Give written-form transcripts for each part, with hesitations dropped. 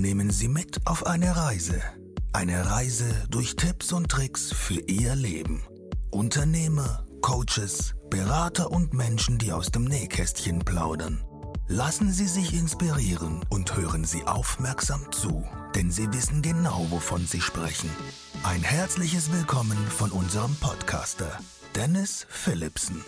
nehmen Sie mit auf eine Reise. Eine Reise durch Tipps und Tricks für Ihr Leben. Unternehmer, Coaches, Berater und Menschen, die aus dem Nähkästchen plaudern. Lassen Sie sich inspirieren und hören Sie aufmerksam zu, denn Sie wissen genau, wovon Sie sprechen. Ein herzliches Willkommen von unserem Podcaster, Dennis Philipsen.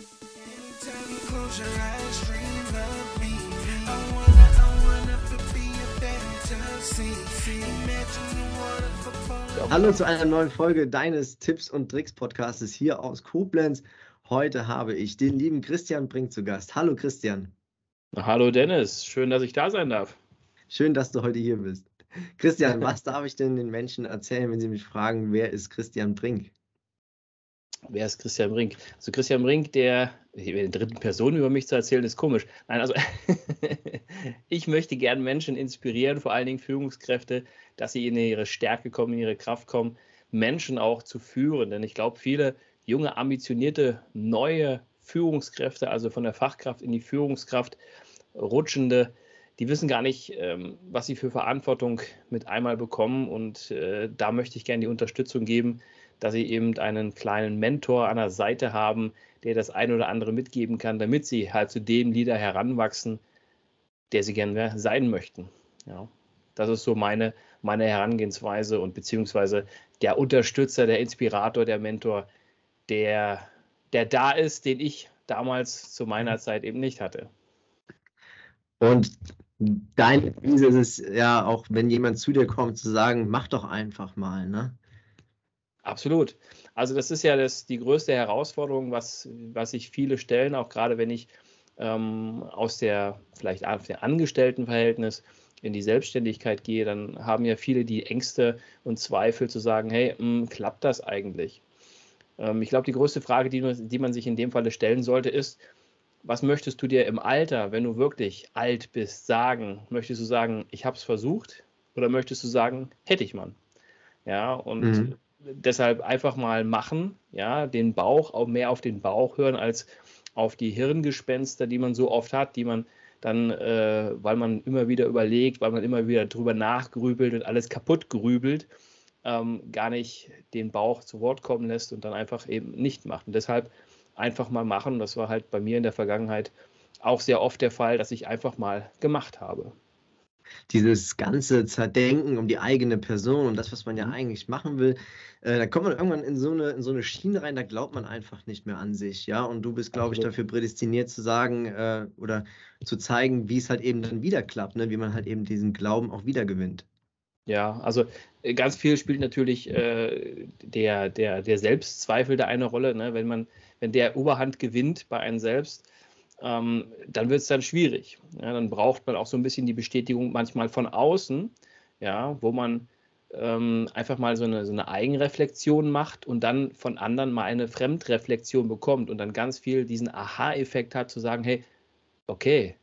Hallo zu einer neuen Folge deines Tipps und Tricks Podcastes hier aus Koblenz. Heute habe ich den lieben Christian Brink zu Gast. Hallo Christian. Hallo Dennis, schön, dass ich da sein darf. Schön, dass du heute hier bist. Christian, was darf ich denn den Menschen erzählen, wenn sie mich fragen, wer ist Christian Brink? Wer ist Christian Brink? Also Christian Brink, der in der dritten Person über mich zu erzählen, ist komisch. Nein, also ich möchte gerne Menschen inspirieren, vor allen Dingen Führungskräfte, dass sie in ihre Stärke kommen, in ihre Kraft kommen, Menschen auch zu führen. Denn ich glaube, viele junge, ambitionierte, neue Führungskräfte, also von der Fachkraft in die Führungskraft rutschende, die wissen gar nicht, was sie für Verantwortung mit einmal bekommen. Und da möchte ich gerne die Unterstützung geben, dass sie eben einen kleinen Mentor an der Seite haben, der das eine oder andere mitgeben kann, damit sie halt zu dem Leader heranwachsen, der sie gerne sein möchten. Ja, das ist so meine Herangehensweise und beziehungsweise der Unterstützer, der Inspirator, der Mentor, der da ist, den ich damals zu meiner Zeit eben nicht hatte. Und deine Devise ist es ja auch, wenn jemand zu dir kommt, zu sagen, mach doch einfach mal, ne? Absolut. Also das ist ja die größte Herausforderung, was sich viele stellen, auch gerade wenn ich vielleicht aus dem Angestelltenverhältnis in die Selbstständigkeit gehe, dann haben ja viele die Ängste und Zweifel zu sagen, hey, klappt das eigentlich? Ich glaube, die größte Frage, die man sich in dem Falle stellen sollte, ist, was möchtest du dir im Alter, wenn du wirklich alt bist, sagen? Möchtest du sagen, ich habe es versucht, oder möchtest du sagen, hätte ich mal? Ja, und deshalb einfach mal machen, ja, den Bauch, auch mehr auf den Bauch hören als auf die Hirngespenster, die man so oft hat, die man dann, weil man immer wieder überlegt, weil man immer wieder drüber nachgrübelt und alles kaputt grübelt, gar nicht den Bauch zu Wort kommen lässt und dann einfach eben nicht macht. Und deshalb einfach mal machen. Das war halt bei mir in der Vergangenheit auch sehr oft der Fall, dass ich einfach mal gemacht habe. Dieses ganze Zerdenken um die eigene Person und das, was man ja eigentlich machen will, da kommt man irgendwann in so eine Schiene rein, da glaubt man einfach nicht mehr an sich, ja, und du bist, glaube ich, dafür prädestiniert zu sagen oder zu zeigen, wie es halt eben dann wieder klappt, ne? Wie man halt eben diesen Glauben auch wieder gewinnt. Ja, also ganz viel spielt natürlich der Selbstzweifel da eine Rolle, ne? Wenn der Oberhand gewinnt bei einem selbst, dann wird es dann schwierig. Ja, dann braucht man auch so ein bisschen die Bestätigung manchmal von außen, ja, wo man einfach mal so eine Eigenreflexion macht und dann von anderen mal eine Fremdreflexion bekommt und dann ganz viel diesen Aha-Effekt hat, zu sagen, hey, okay,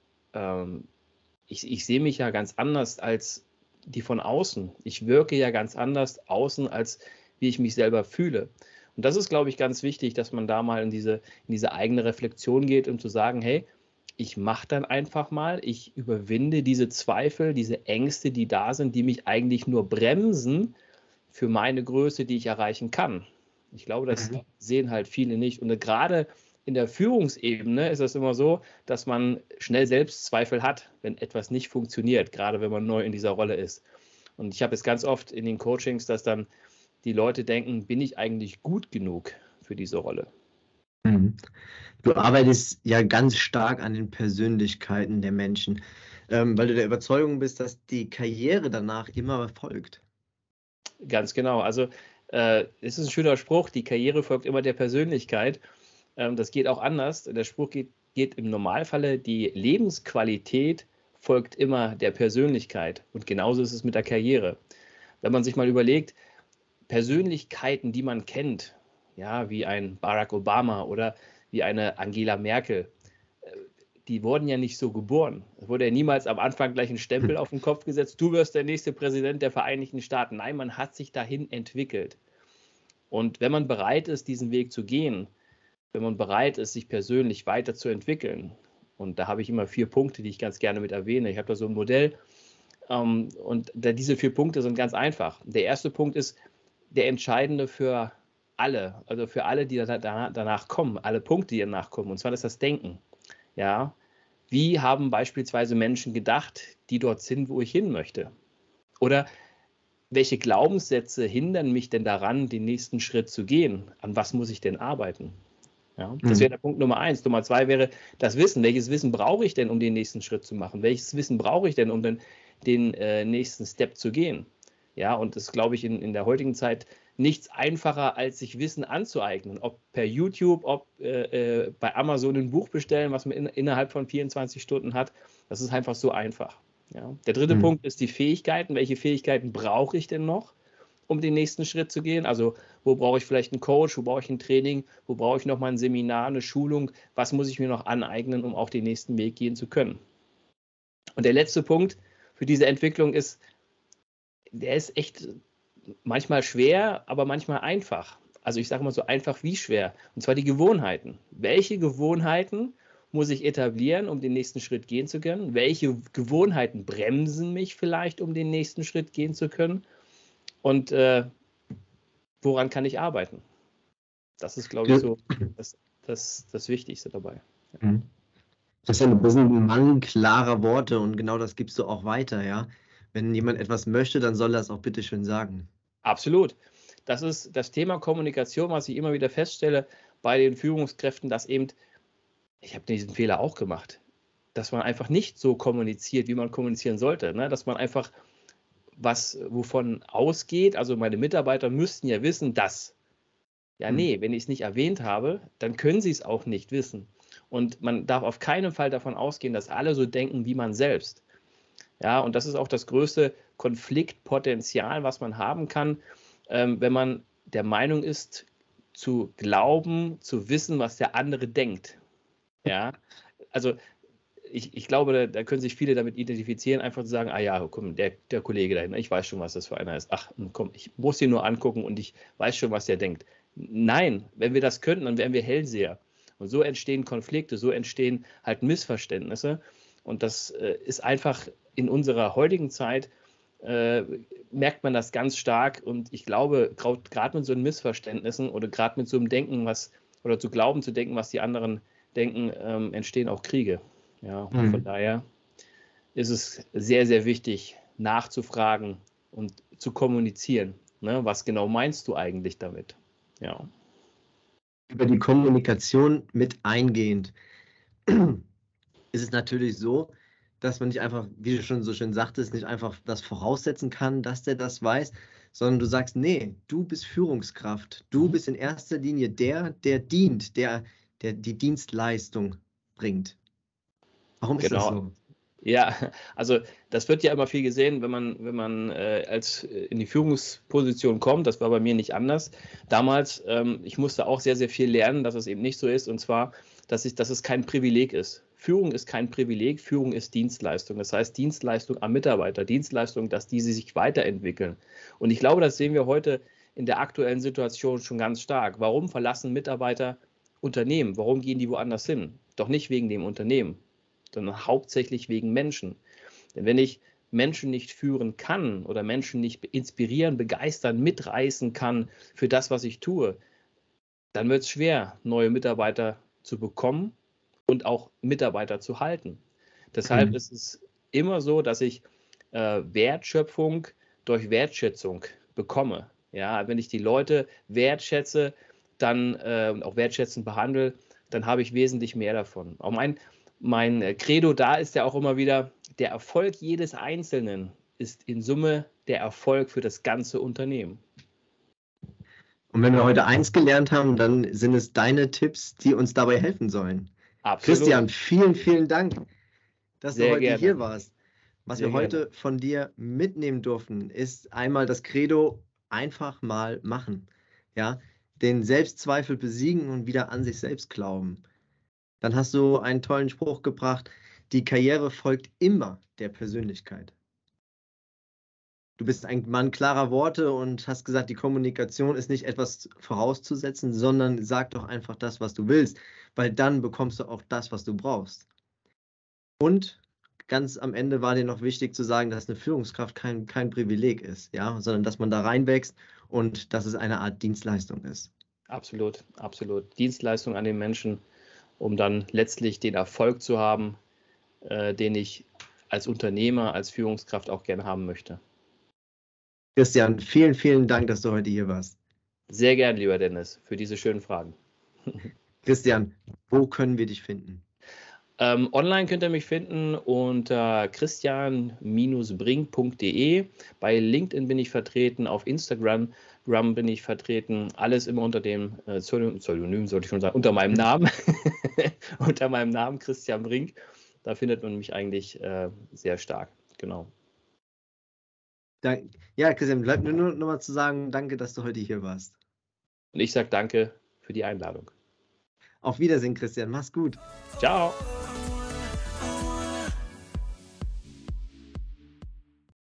ich sehe mich ja ganz anders als die von außen. Ich wirke ja ganz anders außen, als wie ich mich selber fühle. Und das ist, glaube ich, ganz wichtig, dass man da mal in diese eigene Reflexion geht, um zu sagen, hey, ich mache dann einfach mal, ich überwinde diese Zweifel, diese Ängste, die da sind, die mich eigentlich nur bremsen für meine Größe, die ich erreichen kann. Ich glaube, das sehen halt viele nicht. Und gerade in der Führungsebene ist es immer so, dass man schnell Selbstzweifel hat, wenn etwas nicht funktioniert, gerade wenn man neu in dieser Rolle ist. Und ich habe es ganz oft in den Coachings, dass dann die Leute denken, bin ich eigentlich gut genug für diese Rolle? Du arbeitest ja ganz stark an den Persönlichkeiten der Menschen, weil du der Überzeugung bist, dass die Karriere danach immer folgt. Ganz genau. Also es ist ein schöner Spruch, die Karriere folgt immer der Persönlichkeit. Das geht auch anders. Der Spruch geht im Normalfalle, die Lebensqualität folgt immer der Persönlichkeit. Und genauso ist es mit der Karriere. Wenn man sich mal überlegt, Persönlichkeiten, die man kennt, ja, wie ein Barack Obama oder wie eine Angela Merkel, die wurden ja nicht so geboren. Es wurde ja niemals am Anfang gleich ein Stempel auf den Kopf gesetzt, du wirst der nächste Präsident der Vereinigten Staaten. Nein, man hat sich dahin entwickelt. Und wenn man bereit ist, diesen Weg zu gehen, wenn man bereit ist, sich persönlich weiterzuentwickeln, und da habe ich immer 4 Punkte, die ich ganz gerne mit erwähne. Ich habe da so ein Modell, Diese 4 Punkte sind ganz einfach. Der erste Punkt ist der entscheidende für alle, also für alle, die danach kommen, alle Punkte, die danach kommen, und zwar ist das Denken. Ja, wie haben beispielsweise Menschen gedacht, die dort sind, wo ich hin möchte? Oder welche Glaubenssätze hindern mich denn daran, den nächsten Schritt zu gehen? An was muss ich denn arbeiten? Ja, das wäre der Punkt Nummer 1. Nummer 2 wäre das Wissen. Welches Wissen brauche ich denn, um den nächsten Schritt zu machen? Welches Wissen brauche ich denn, um den nächsten Step zu gehen? Ja, und das glaube ich in der heutigen Zeit nichts einfacher, als sich Wissen anzueignen. Ob per YouTube, ob bei Amazon ein Buch bestellen, was man innerhalb von 24 Stunden hat. Das ist einfach so einfach. Ja. Der dritte Punkt ist die Fähigkeiten. Welche Fähigkeiten brauche ich denn noch, um den nächsten Schritt zu gehen? Also wo brauche ich vielleicht einen Coach, wo brauche ich ein Training, wo brauche ich nochmal ein Seminar, eine Schulung? Was muss ich mir noch aneignen, um auch den nächsten Weg gehen zu können? Und der letzte Punkt für diese Entwicklung ist, der ist echt manchmal schwer, aber manchmal einfach. Also ich sage mal so einfach wie schwer. Und zwar die Gewohnheiten. Welche Gewohnheiten muss ich etablieren, um den nächsten Schritt gehen zu können? Welche Gewohnheiten bremsen mich vielleicht, um den nächsten Schritt gehen zu können? Und woran kann ich arbeiten? Das ist, glaube ich, so das Wichtigste dabei. Das ist ein Mangel klarer Worte und genau das gibst du auch weiter, ja. Wenn jemand etwas möchte, dann soll er es auch bitte schön sagen. Absolut. Das ist das Thema Kommunikation, was ich immer wieder feststelle bei den Führungskräften, dass eben, ich habe diesen Fehler auch gemacht, dass man einfach nicht so kommuniziert, wie man kommunizieren sollte, ne? Dass man einfach wovon ausgeht, also meine Mitarbeiter müssten ja wissen, dass. Ja, nee, wenn ich es nicht erwähnt habe, dann können sie es auch nicht wissen. Und man darf auf keinen Fall davon ausgehen, dass alle so denken wie man selbst. Ja, und das ist auch das größte Konfliktpotenzial, was man haben kann, wenn man der Meinung ist, zu glauben, zu wissen, was der andere denkt. Ja, also ich glaube, da können sich viele damit identifizieren, einfach zu sagen, ah ja, komm, der Kollege da hinten, ich weiß schon, was das für einer ist. Ach, komm, ich muss ihn nur angucken und ich weiß schon, was der denkt. Nein, wenn wir das könnten, dann wären wir Hellseher. Und so entstehen Konflikte, so entstehen halt Missverständnisse. Und das ist einfach in unserer heutigen Zeit, merkt man das ganz stark. Und ich glaube, gerade mit so Missverständnissen oder gerade mit so einem Denken, oder zu glauben, zu denken, was die anderen denken, entstehen auch Kriege. Ja, und von daher ist es sehr, sehr wichtig, nachzufragen und zu kommunizieren. Ne? Was genau meinst du eigentlich damit? Ja. Über die Kommunikation mit eingehend ist es natürlich so, dass man nicht einfach, wie du schon so schön sagtest, nicht einfach das voraussetzen kann, dass der das weiß, sondern du sagst, nee, du bist Führungskraft. Du bist in erster Linie der dient, der die Dienstleistung bringt. Warum ist das so? Ja, also das wird ja immer viel gesehen, wenn man in die Führungsposition kommt. Das war bei mir nicht anders. Damals, ich musste auch sehr, sehr viel lernen, dass es eben nicht so ist. Und zwar, dass es kein Privileg ist. Führung ist kein Privileg, Führung ist Dienstleistung. Das heißt Dienstleistung am Mitarbeiter, Dienstleistung, dass diese sich weiterentwickeln. Und ich glaube, das sehen wir heute in der aktuellen Situation schon ganz stark. Warum verlassen Mitarbeiter Unternehmen? Warum gehen die woanders hin? Doch nicht wegen dem Unternehmen, sondern hauptsächlich wegen Menschen. Denn wenn ich Menschen nicht führen kann oder Menschen nicht inspirieren, begeistern, mitreißen kann für das, was ich tue, dann wird es schwer, neue Mitarbeiter zu bekommen und auch Mitarbeiter zu halten. Deshalb ist es immer so, dass ich Wertschöpfung durch Wertschätzung bekomme. Ja, wenn ich die Leute wertschätze, dann auch wertschätzend behandle, dann habe ich wesentlich mehr davon. Auch mein Credo da ist ja auch immer wieder, der Erfolg jedes Einzelnen ist in Summe der Erfolg für das ganze Unternehmen. Und wenn wir heute eins gelernt haben, dann sind es deine Tipps, die uns dabei helfen sollen. Absolut. Christian, vielen, vielen Dank, dass du heute hier warst. Was wir heute von dir mitnehmen durften, ist einmal das Credo, einfach mal machen. Ja, den Selbstzweifel besiegen und wieder an sich selbst glauben. Dann hast du einen tollen Spruch gebracht, die Karriere folgt immer der Persönlichkeit. Du bist ein Mann klarer Worte und hast gesagt, die Kommunikation ist nicht etwas vorauszusetzen, sondern sag doch einfach das, was du willst, weil dann bekommst du auch das, was du brauchst. Und ganz am Ende war dir noch wichtig zu sagen, dass eine Führungskraft kein Privileg ist, ja, sondern dass man da reinwächst und dass es eine Art Dienstleistung ist. Absolut, absolut. Dienstleistung an den Menschen, um dann letztlich den Erfolg zu haben, den ich als Unternehmer, als Führungskraft auch gerne haben möchte. Christian, vielen, vielen Dank, dass du heute hier warst. Sehr gern, lieber Dennis, für diese schönen Fragen. Christian, wo können wir dich finden? Online könnt ihr mich finden unter christian-brink.de. Bei LinkedIn bin ich vertreten, auf Instagram bin ich vertreten. Alles immer unter dem Pseudonym, sollte ich schon sagen, unter meinem Namen. Unter meinem Namen Christian Brink. Da findet man mich eigentlich sehr stark. Genau. Ja, Christian, bleibt mir nur noch mal zu sagen, danke, dass du heute hier warst. Und ich sage danke für die Einladung. Auf Wiedersehen, Christian. Mach's gut. Ciao.